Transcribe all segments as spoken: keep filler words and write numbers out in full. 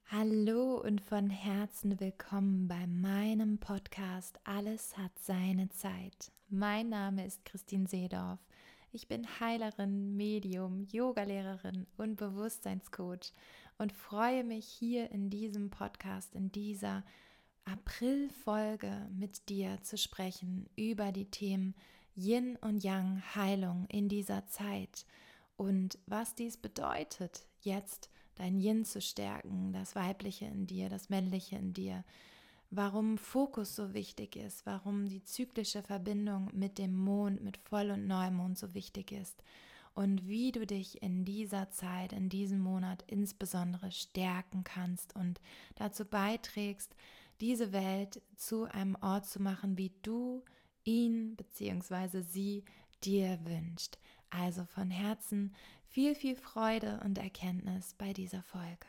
Hallo und von Herzen willkommen bei meinem Podcast Alles hat seine Zeit. Mein Name ist Christine Seedorf. Ich bin Heilerin, Medium, Yogalehrerin und Bewusstseinscoach und freue mich hier in diesem Podcast, in dieser April-Folge mit dir zu sprechen über die Themen Yin und Yang, Heilung in dieser Zeit und was dies bedeutet, jetzt dein Yin zu stärken, das Weibliche in dir, das Männliche in dir, warum Fokus so wichtig ist, warum die zyklische Verbindung mit dem Mond, mit Voll- und Neumond so wichtig ist und wie du dich in dieser Zeit, in diesem Monat insbesondere stärken kannst und dazu beiträgst, diese Welt zu einem Ort zu machen, wie du ihn bzw. sie dir wünscht. Also von Herzen viel, viel Freude und Erkenntnis bei dieser Folge.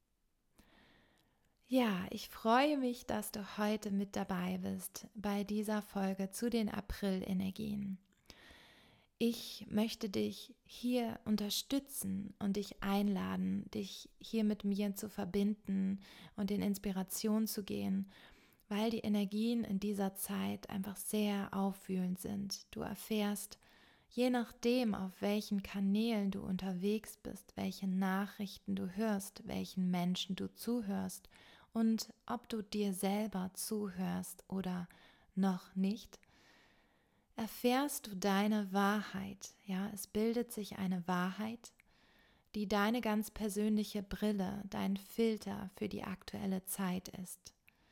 Ja, ich freue mich, dass du heute mit dabei bist bei dieser Folge zu den April-Energien. Ich möchte dich hier unterstützen und dich einladen, dich hier mit mir zu verbinden und in Inspiration zu gehen, weil die Energien in dieser Zeit einfach sehr aufwühlend sind. Du erfährst, je nachdem, auf welchen Kanälen du unterwegs bist, welche Nachrichten du hörst, welchen Menschen du zuhörst und ob du dir selber zuhörst oder noch nicht, erfährst du deine Wahrheit. Ja, es bildet sich eine Wahrheit, die deine ganz persönliche Brille, dein Filter für die aktuelle Zeit ist.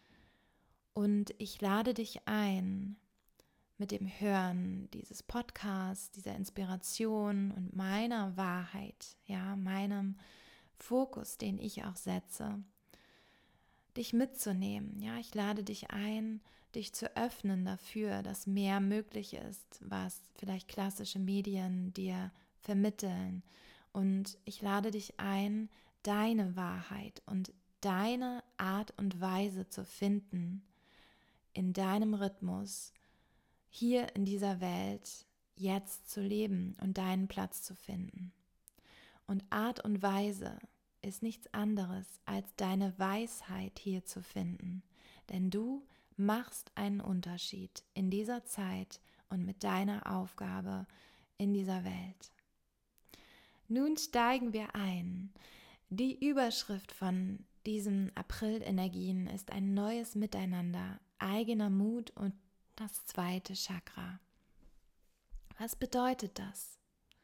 Und ich lade dich ein, mit dem Hören dieses Podcasts, dieser Inspiration und meiner Wahrheit, ja, meinem Fokus, den ich auch setze, dich mitzunehmen. Ja, ich lade dich ein, dich zu öffnen dafür, dass mehr möglich ist, was vielleicht klassische Medien dir vermitteln. Und ich lade dich ein, deine Wahrheit und deine Art und Weise zu finden, in deinem Rhythmus, hier in dieser Welt jetzt zu leben und deinen Platz zu finden. Und Art und Weise ist nichts anderes, als deine Weisheit hier zu finden. Denn du machst einen Unterschied in dieser Zeit und mit deiner Aufgabe in dieser Welt. Nun steigen wir ein. Die Überschrift von diesen April-Energien ist ein neues Miteinander, eigener Mut und das zweite Chakra. Was bedeutet das?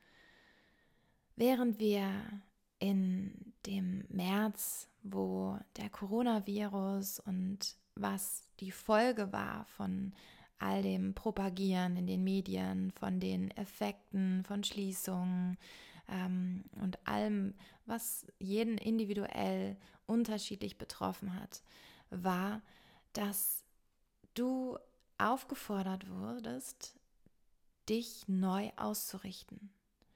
Während wir in dem März, wo der Coronavirus und was die Folge war von all dem Propagieren in den Medien, von den Effekten, von Schließungen ähm, und allem, was jeden individuell unterschiedlich betroffen hat, war, dass du aufgefordert wurdest, dich neu auszurichten.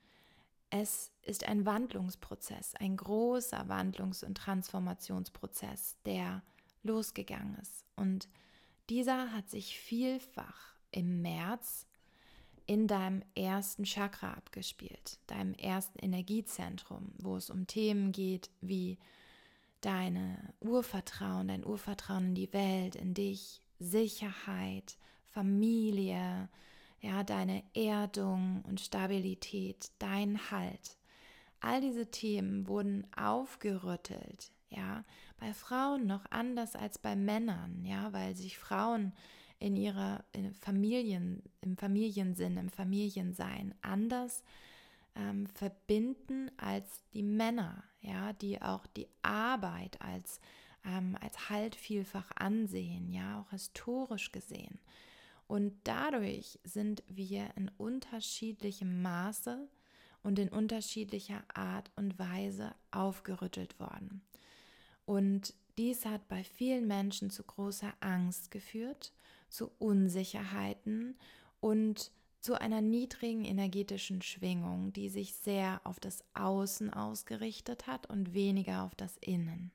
Es ist ein Wandlungsprozess, ein großer Wandlungs- und Transformationsprozess, der losgegangen ist. Und dieser hat sich vielfach im März in deinem ersten Chakra abgespielt, deinem ersten Energiezentrum, wo es um Themen geht wie deine Urvertrauen, dein Urvertrauen in die Welt, in dich, Sicherheit, Familie, ja, deine Erdung und Stabilität, dein Halt. All diese Themen wurden aufgerüttelt, ja, bei Frauen noch anders als bei Männern, ja, weil sich Frauen in ihrer in Familien, im Familiensinn, im Familiensein anders ähm, verbinden als die Männer, ja, die auch die Arbeit als, ähm, als Halt vielfach ansehen, ja, auch historisch gesehen. Und dadurch sind wir in unterschiedlichem Maße und in unterschiedlicher Art und Weise aufgerüttelt worden. Und dies hat bei vielen Menschen zu großer Angst geführt, zu Unsicherheiten und zu einer niedrigen energetischen Schwingung, die sich sehr auf das Außen ausgerichtet hat und weniger auf das Innen.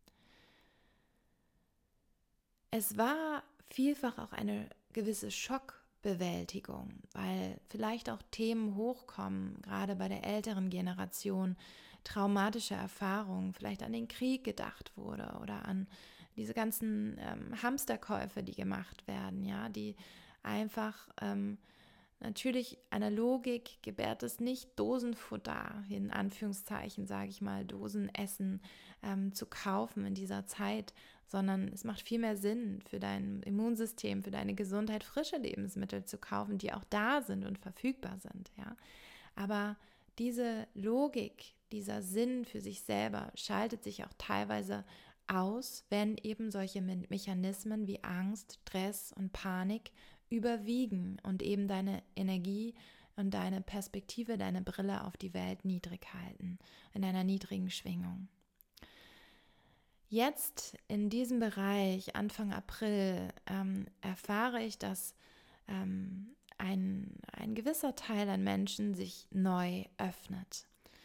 Es war vielfach auch eine gewisse Schockbewältigung, weil vielleicht auch Themen hochkommen, gerade bei der älteren Generation, traumatische Erfahrung, vielleicht an den Krieg gedacht wurde oder an diese ganzen ähm, Hamsterkäufe, die gemacht werden, ja, die einfach ähm, natürlich einer Logik gebärt es nicht, Dosenfutter, in Anführungszeichen sage ich mal, Dosenessen ähm, zu kaufen in dieser Zeit, sondern es macht viel mehr Sinn für dein Immunsystem, für deine Gesundheit, frische Lebensmittel zu kaufen, die auch da sind und verfügbar sind. Ja? Aber diese Logik, dieser Sinn für sich selber schaltet sich auch teilweise aus, wenn eben solche Me- Mechanismen wie Angst, Stress und Panik überwiegen und eben deine Energie und deine Perspektive, deine Brille auf die Welt niedrig halten, in einer niedrigen Schwingung. Jetzt in diesem Bereich, Anfang April, ähm, erfahre ich, dass ähm, ein, ein gewisser Teil an Menschen sich neu öffnet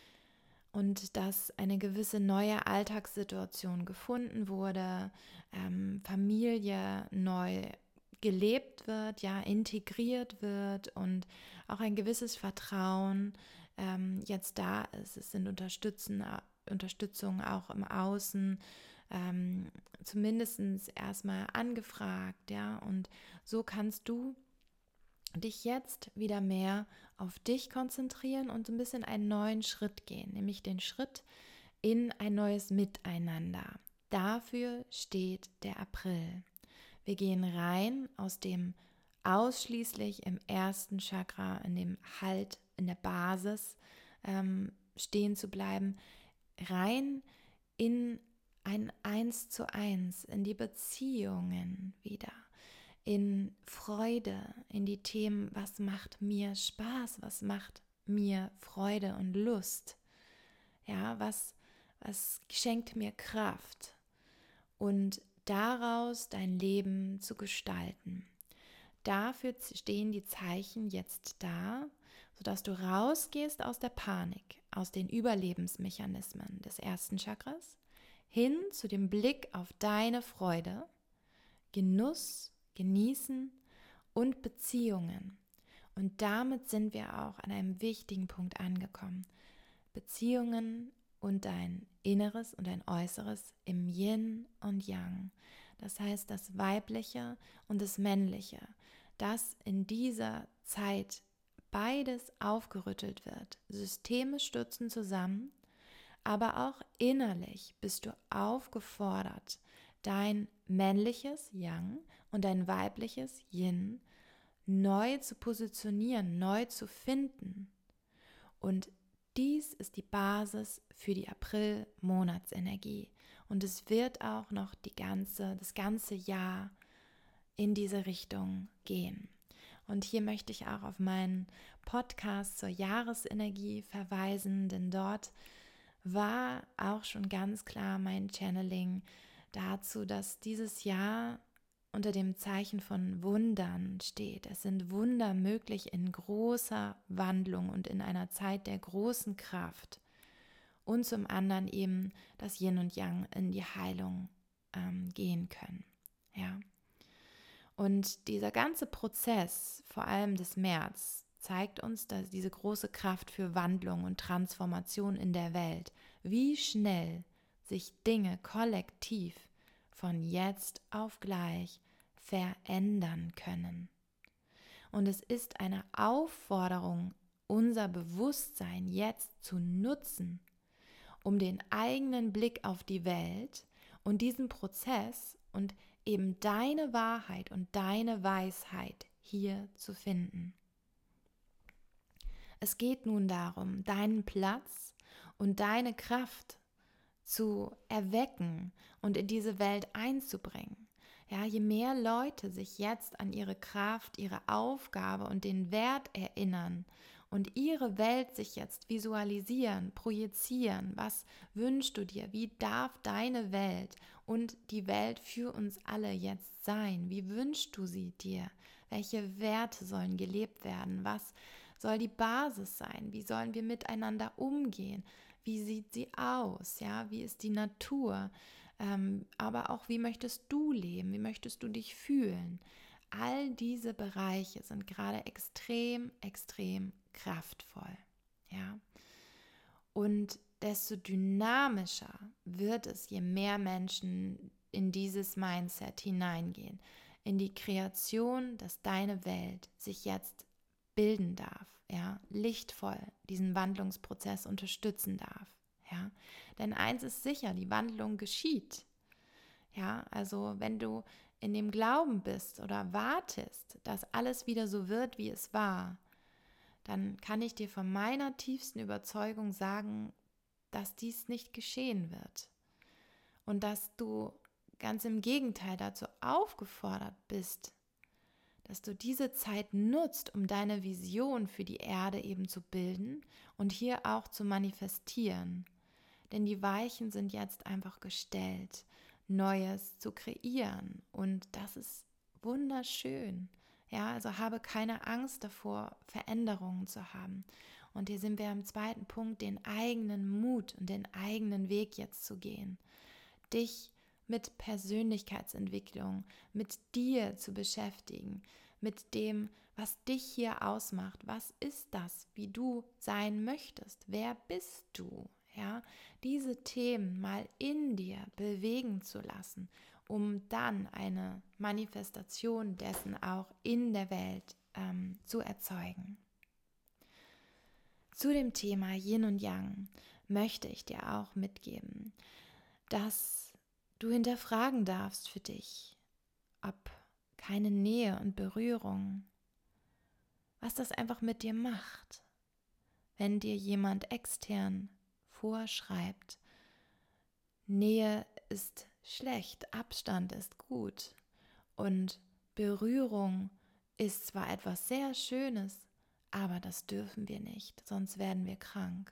und dass eine gewisse neue Alltagssituation gefunden wurde, ähm, Familie neu gelebt wird, ja, integriert wird und auch ein gewisses Vertrauen ähm, jetzt da ist. Es sind Unterstützen, Unterstützung auch im Außen, ähm, zumindest erstmal angefragt, ja, und so kannst du dich jetzt wieder mehr auf dich konzentrieren und so ein bisschen einen neuen Schritt gehen, nämlich den Schritt in ein neues Miteinander. Dafür steht der April. Wir gehen rein aus dem ausschließlich im ersten Chakra, in dem Halt, in der Basis ähm, stehen zu bleiben, rein in ein Eins zu Eins, in die Beziehungen wieder, in Freude, in die Themen, was macht mir Spaß, was macht mir Freude und Lust, ja, was, was schenkt mir Kraft und daraus dein Leben zu gestalten. Dafür stehen die Zeichen jetzt da, sodass du rausgehst aus der Panik, aus den Überlebensmechanismen des ersten Chakras, hin zu dem Blick auf deine Freude, Genuss, Genießen und Beziehungen. Und damit sind wir auch an einem wichtigen Punkt angekommen. Beziehungen und dein Inneres und dein Äußeres im Yin und Yang. Das heißt, das Weibliche und das Männliche, dass in dieser Zeit beides aufgerüttelt wird. Systeme stürzen zusammen, aber auch innerlich bist du aufgefordert, dein männliches Yang und dein weibliches Yin neu zu positionieren, neu zu finden. Und dies ist die Basis für die April-Monatsenergie. Und es wird auch noch die ganze, das ganze Jahr in diese Richtung gehen. Und hier möchte ich auch auf meinen Podcast zur Jahresenergie verweisen, denn dort war auch schon ganz klar mein Channeling dazu, dass dieses Jahr unter dem Zeichen von Wundern steht. Es sind Wunder möglich in großer Wandlung und in einer Zeit der großen Kraft. Und zum anderen eben, dass Yin und Yang in die Heilung ähm, gehen können. Ja. Und dieser ganze Prozess, vor allem des März, zeigt uns, dass diese große Kraft für Wandlung und Transformation in der Welt, wie schnell sich Dinge kollektiv von jetzt auf gleich verändern können. Und es ist eine Aufforderung, unser Bewusstsein jetzt zu nutzen, um den eigenen Blick auf die Welt und diesen Prozess und eben deine Wahrheit und deine Weisheit hier zu finden. Es geht nun darum, deinen Platz und deine Kraft zu erwecken und in diese Welt einzubringen. Ja, je mehr Leute sich jetzt an ihre Kraft, ihre Aufgabe und den Wert erinnern und ihre Welt sich jetzt visualisieren, projizieren, was wünschst du dir, wie darf deine Welt und die Welt für uns alle jetzt sein, wie wünschst du sie dir, welche Werte sollen gelebt werden, was soll die Basis sein, wie sollen wir miteinander umgehen, wie sieht sie aus, ja, wie ist die Natur, ähm, aber auch wie möchtest du leben, wie möchtest du dich fühlen. All diese Bereiche sind gerade extrem, extrem kraftvoll, ja. Und desto dynamischer wird es, je mehr Menschen in dieses Mindset hineingehen, in die Kreation, dass deine Welt sich jetzt bilden darf, ja, lichtvoll diesen Wandlungsprozess unterstützen darf, ja. Denn eins ist sicher, die Wandlung geschieht, ja. Also wenn du in dem Glauben bist oder wartest, dass alles wieder so wird, wie es war, dann kann ich dir von meiner tiefsten Überzeugung sagen, dass dies nicht geschehen wird und dass du ganz im Gegenteil dazu aufgefordert bist, dass du diese Zeit nutzt, um deine Vision für die Erde eben zu bilden und hier auch zu manifestieren. Denn die Weichen sind jetzt einfach gestellt, Neues zu kreieren und das ist wunderschön. Ja, also habe keine Angst davor, Veränderungen zu haben. Und hier sind wir am zweiten Punkt, den eigenen Mut und den eigenen Weg jetzt zu gehen. Dich mit Persönlichkeitsentwicklung, mit dir zu beschäftigen, mit dem, was dich hier ausmacht. Was ist das, wie du sein möchtest? Wer bist du? Ja, diese Themen mal in dir bewegen zu lassen, um dann eine Manifestation dessen auch in der Welt ähm, zu erzeugen. Zu dem Thema Yin und Yang möchte ich dir auch mitgeben, dass du hinterfragen darfst für dich, ob keine Nähe und Berührung, was das einfach mit dir macht, wenn dir jemand extern vorschreibt, Nähe ist schlecht, Abstand ist gut und Berührung ist zwar etwas sehr Schönes, aber das dürfen wir nicht, sonst werden wir krank.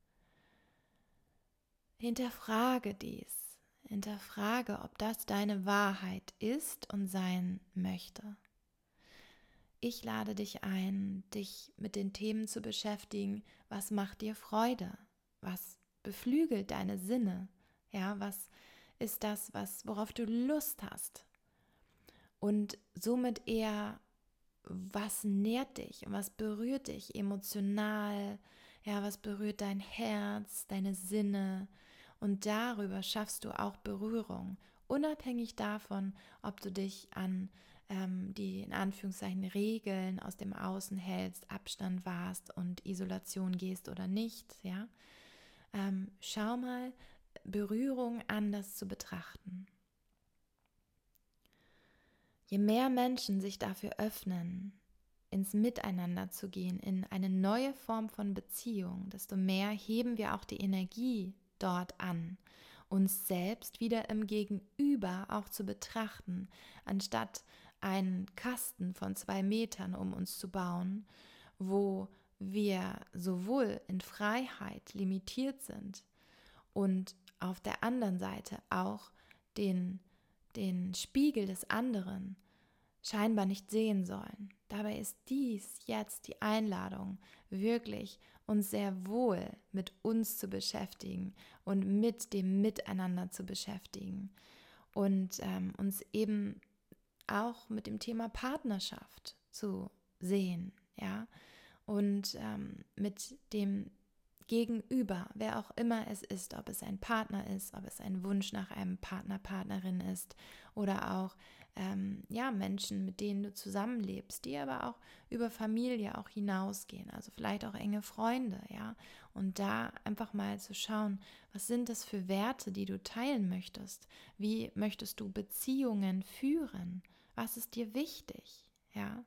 Hinterfrage dies, hinterfrage, ob das deine Wahrheit ist und sein möchte. Ich lade dich ein, dich mit den Themen zu beschäftigen, was macht dir Freude, was beflügelt deine Sinne, ja, was ist das, was, worauf du Lust hast und somit eher, was nährt dich und was berührt dich emotional, ja, was berührt dein Herz, deine Sinne und darüber schaffst du auch Berührung, unabhängig davon, ob du dich an ähm, die in Anführungszeichen Regeln aus dem Außen hältst, Abstand wahrst und Isolation gehst oder nicht, ja. Ähm, schau mal, Berührung anders zu betrachten. Je mehr Menschen sich dafür öffnen, ins Miteinander zu gehen, in eine neue Form von Beziehung, desto mehr heben wir auch die Energie dort an, uns selbst wieder im Gegenüber auch zu betrachten, anstatt einen Kasten von zwei Metern um uns zu bauen, wo wir sowohl in Freiheit limitiert sind und auf der anderen Seite auch den, den Spiegel des anderen scheinbar nicht sehen sollen. Dabei ist dies jetzt die Einladung, wirklich uns sehr wohl mit uns zu beschäftigen und mit dem Miteinander zu beschäftigen und ähm, uns eben auch mit dem Thema Partnerschaft zu sehen, ja, und ähm, mit dem Gegenüber, wer auch immer es ist, ob es ein Partner ist, ob es ein Wunsch nach einem Partner, Partnerin ist oder auch ähm, ja, Menschen, mit denen du zusammenlebst, die aber auch über Familie auch hinausgehen, also vielleicht auch enge Freunde, ja, und da einfach mal zu schauen, was sind das für Werte, die du teilen möchtest, wie möchtest du Beziehungen führen, was ist dir wichtig, ja.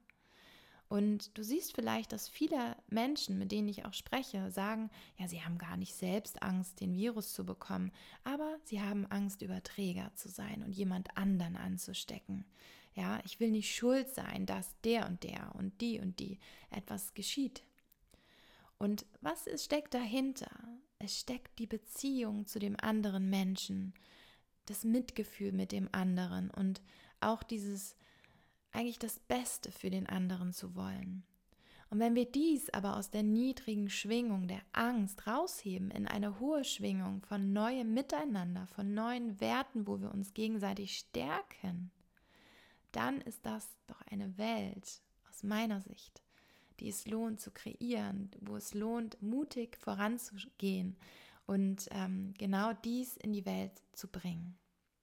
Und du siehst vielleicht, dass viele Menschen, mit denen ich auch spreche, sagen, ja, sie haben gar nicht selbst Angst, den Virus zu bekommen, aber sie haben Angst, Überträger zu sein und jemand anderen anzustecken. Ja, ich will nicht schuld sein, dass der und der und die und die etwas geschieht. Und was ist, steckt dahinter? Es steckt die Beziehung zu dem anderen Menschen, das Mitgefühl mit dem anderen und auch dieses eigentlich das Beste für den anderen zu wollen. Und wenn wir dies aber aus der niedrigen Schwingung der Angst rausheben in eine hohe Schwingung von neuem Miteinander, von neuen Werten, wo wir uns gegenseitig stärken, dann ist das doch eine Welt aus meiner Sicht, die es lohnt zu kreieren, wo es lohnt, mutig voranzugehen und ähm, genau dies in die Welt zu bringen.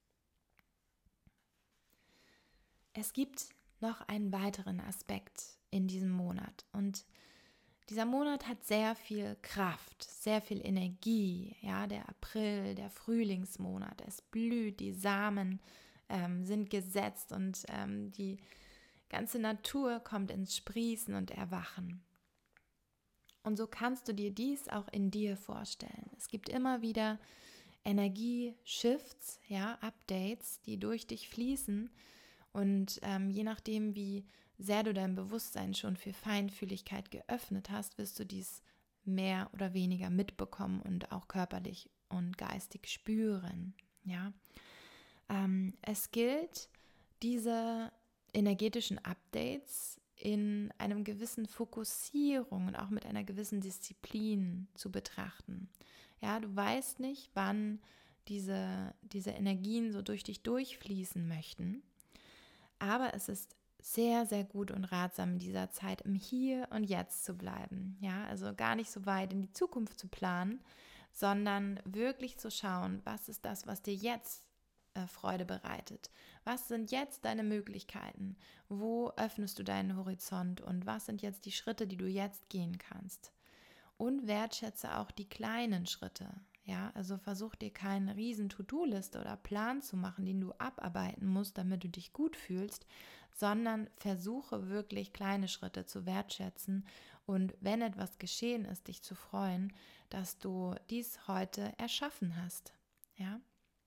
Es gibt noch einen weiteren Aspekt in diesem Monat und dieser Monat hat sehr viel Kraft, sehr viel Energie. Ja, der April, der Frühlingsmonat, es blüht, die Samen ähm, sind gesetzt und ähm, die ganze Natur kommt ins Sprießen und Erwachen. Und so kannst du dir dies auch in dir vorstellen. Es gibt immer wieder Energie-Shifts, ja, Updates, die durch dich fließen. Und ähm, je nachdem, wie sehr du dein Bewusstsein schon für Feinfühligkeit geöffnet hast, wirst du dies mehr oder weniger mitbekommen und auch körperlich und geistig spüren. Ja? Ähm, es gilt, diese energetischen Updates in einem gewissen Fokussierung und auch mit einer gewissen Disziplin zu betrachten. Ja, du weißt nicht, wann diese, diese Energien so durch dich durchfließen möchten, aber es ist sehr, sehr gut und ratsam in dieser Zeit im Hier und Jetzt zu bleiben. Ja, also gar nicht so weit in die Zukunft zu planen, sondern wirklich zu schauen, was ist das, was dir jetzt äh, Freude bereitet? Was sind jetzt deine Möglichkeiten? Wo öffnest du deinen Horizont und was sind jetzt die Schritte, die du jetzt gehen kannst? Und wertschätze auch die kleinen Schritte. Ja, also versuch dir keine riesen To-Do-Liste oder Plan zu machen, den du abarbeiten musst, damit du dich gut fühlst, sondern versuche wirklich kleine Schritte zu wertschätzen und wenn etwas geschehen ist, dich zu freuen, dass du dies heute erschaffen hast. Ja?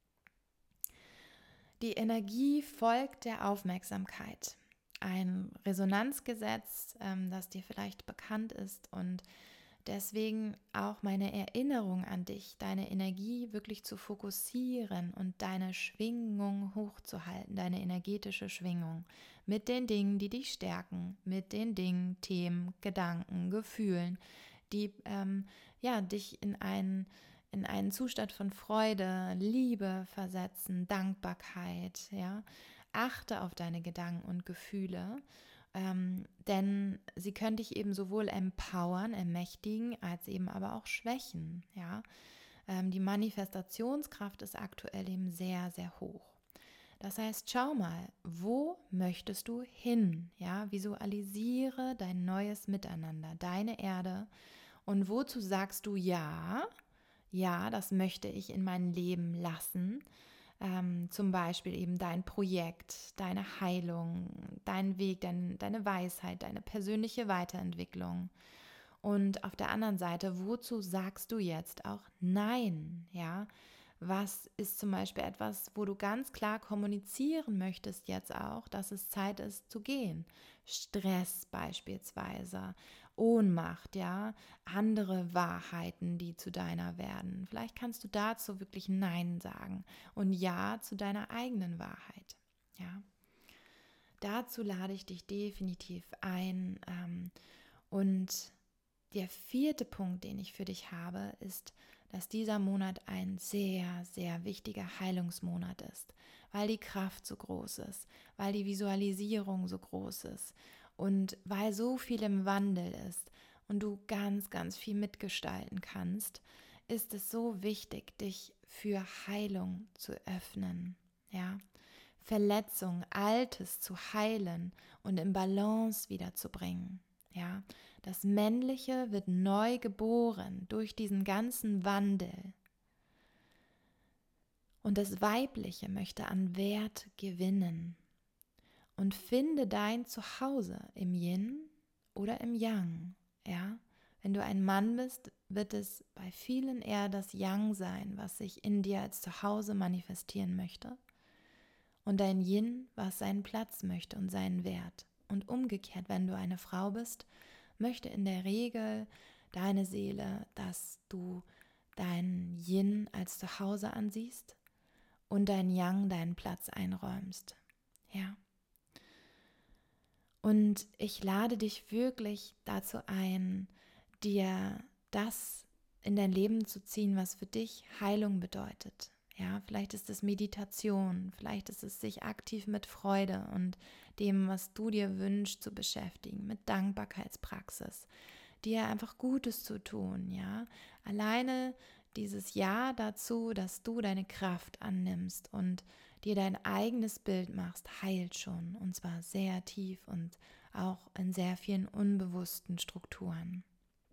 Die Energie folgt der Aufmerksamkeit. Ein Resonanzgesetz, ähm, das dir vielleicht bekannt ist und deswegen auch meine Erinnerung an dich, deine Energie wirklich zu fokussieren und deine Schwingung hochzuhalten, deine energetische Schwingung mit den Dingen, die dich stärken, mit den Dingen, Themen, Gedanken, Gefühlen, die ähm, ja, dich in einen, in einen Zustand von Freude, Liebe versetzen, Dankbarkeit. Ja? Achte auf deine Gedanken und Gefühle. Ähm, denn sie können dich eben sowohl empowern, ermächtigen, als eben aber auch schwächen. Ja? Ähm, die Manifestationskraft ist aktuell eben sehr, sehr hoch. Das heißt, schau mal, wo möchtest du hin? Ja? Visualisiere dein neues Miteinander, deine Erde. Und wozu sagst du ja? Ja, das möchte ich in mein Leben lassen. Ähm, zum Beispiel eben dein Projekt, deine Heilung, dein Weg, dein, deine Weisheit, deine persönliche Weiterentwicklung. Und auf der anderen Seite, wozu sagst du jetzt auch Nein? Ja, was ist zum Beispiel etwas, wo du ganz klar kommunizieren möchtest jetzt auch, dass es Zeit ist zu gehen? Stress beispielsweise, Ohnmacht, ja, andere Wahrheiten, die zu deiner werden. Vielleicht kannst du dazu wirklich Nein sagen und Ja zu deiner eigenen Wahrheit, ja. Dazu lade ich dich definitiv ein. Ähm, und der vierte Punkt, den ich für dich habe, ist, dass dieser Monat ein sehr, sehr wichtiger Heilungsmonat ist, weil die Kraft so groß ist, weil die Visualisierung so groß ist und weil so viel im Wandel ist und du ganz, ganz viel mitgestalten kannst, ist es so wichtig, dich für Heilung zu öffnen, ja. Verletzung, Altes zu heilen und in Balance wiederzubringen. Ja, das Männliche wird neu geboren durch diesen ganzen Wandel. Und das Weibliche möchte an Wert gewinnen. Und finde dein Zuhause im Yin oder im Yang. Ja, wenn du ein Mann bist, wird es bei vielen eher das Yang sein, was sich in dir als Zuhause manifestieren möchte. Und dein Yin, was seinen Platz möchte und seinen Wert. Und umgekehrt, wenn du eine Frau bist, möchte in der Regel deine Seele, dass du dein Yin als Zuhause ansiehst und dein Yang deinen Platz einräumst. Ja. Und ich lade dich wirklich dazu ein, dir das in dein Leben zu ziehen, was für dich Heilung bedeutet. Ja, vielleicht ist es Meditation, vielleicht ist es sich aktiv mit Freude und dem, was du dir wünschst, zu beschäftigen, mit Dankbarkeitspraxis, dir einfach Gutes zu tun, ja. Alleine dieses Ja dazu, dass du deine Kraft annimmst und dir dein eigenes Bild machst, heilt schon, und zwar sehr tief und auch in sehr vielen unbewussten Strukturen.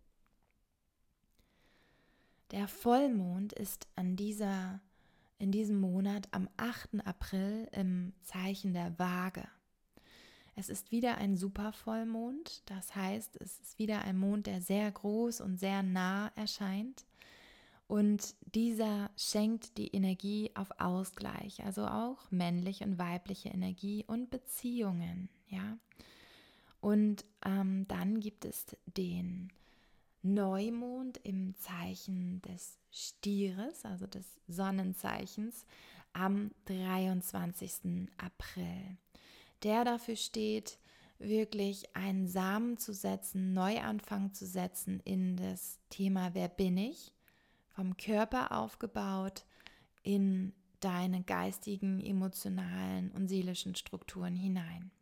Der Vollmond ist an dieser, in diesem Monat am achten April im Zeichen der Waage. Es ist wieder ein Supervollmond, das heißt, es ist wieder ein Mond, der sehr groß und sehr nah erscheint. Und dieser schenkt die Energie auf Ausgleich, also auch männliche und weibliche Energie und Beziehungen, ja. Und ähm, dann gibt es den Neumond im Zeichen des Stieres, also des Sonnenzeichens, am dreiundzwanzigsten April. Der dafür steht, wirklich einen Samen zu setzen, Neuanfang zu setzen in das Thema Wer bin ich? Vom Körper aufgebaut in deine geistigen, emotionalen und seelischen Strukturen hinein.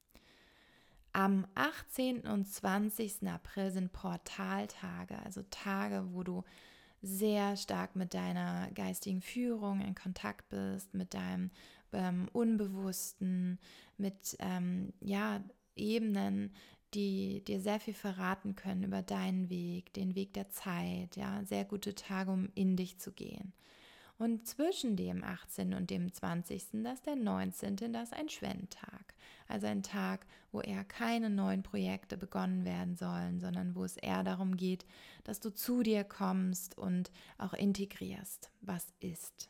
Am achtzehnten und zwanzigsten April sind Portaltage, also Tage, wo du sehr stark mit deiner geistigen Führung in Kontakt bist, mit deinem ähm, Unbewussten, mit ähm, ja, Ebenen, die dir sehr viel verraten können über deinen Weg, den Weg der Zeit, ja, sehr gute Tage, um in dich zu gehen. Und zwischen dem achtzehnten und dem zwanzigsten, das ist der neunzehnte, das ist ein Schwendtag. Also ein Tag, wo eher keine neuen Projekte begonnen werden sollen, sondern wo es eher darum geht, dass du zu dir kommst und auch integrierst, was ist.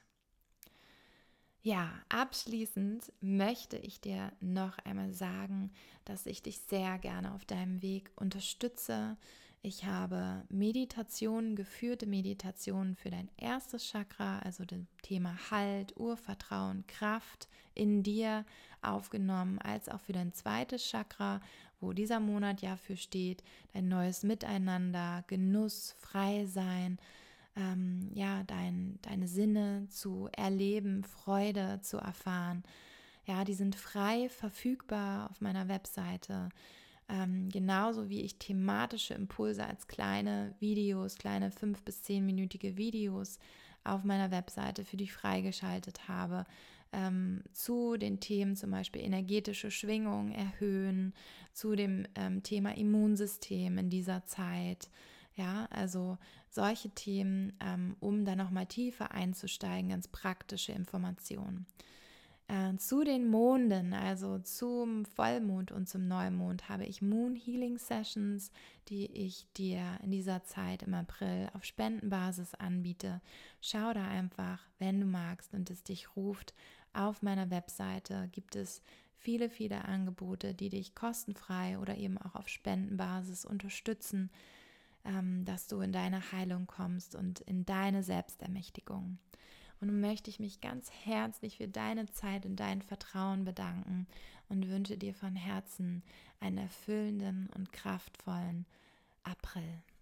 Ja, abschließend möchte ich dir noch einmal sagen, dass ich dich sehr gerne auf deinem Weg unterstütze. Ich habe Meditationen, geführte Meditationen für dein erstes Chakra, also das Thema Halt, Urvertrauen, Kraft in dir aufgenommen, als auch für dein zweites Chakra, wo dieser Monat ja für steht, dein neues Miteinander, Genuss, Freisein, ähm, ja, dein, deine Sinne zu erleben, Freude zu erfahren. Ja, die sind frei verfügbar auf meiner Webseite. Ähm, genauso wie ich thematische Impulse als kleine Videos, kleine fünf- bis zehnminütige Videos auf meiner Webseite für dich freigeschaltet habe, ähm, zu den Themen zum Beispiel energetische Schwingung erhöhen, zu dem ähm, Thema Immunsystem in dieser Zeit. Ja, also solche Themen, ähm, um da nochmal tiefer einzusteigen, ganz praktische Informationen. Äh, zu den Monden, also zum Vollmond und zum Neumond, habe ich Moon Healing Sessions, die ich dir in dieser Zeit im April auf Spendenbasis anbiete. Schau da einfach, wenn du magst und es dich ruft. Auf meiner Webseite gibt es viele, viele Angebote, die dich kostenfrei oder eben auch auf Spendenbasis unterstützen, ähm, dass du in deine Heilung kommst und in deine Selbstermächtigung. Und nun möchte ich mich ganz herzlich für deine Zeit und dein Vertrauen bedanken und wünsche dir von Herzen einen erfüllenden und kraftvollen April.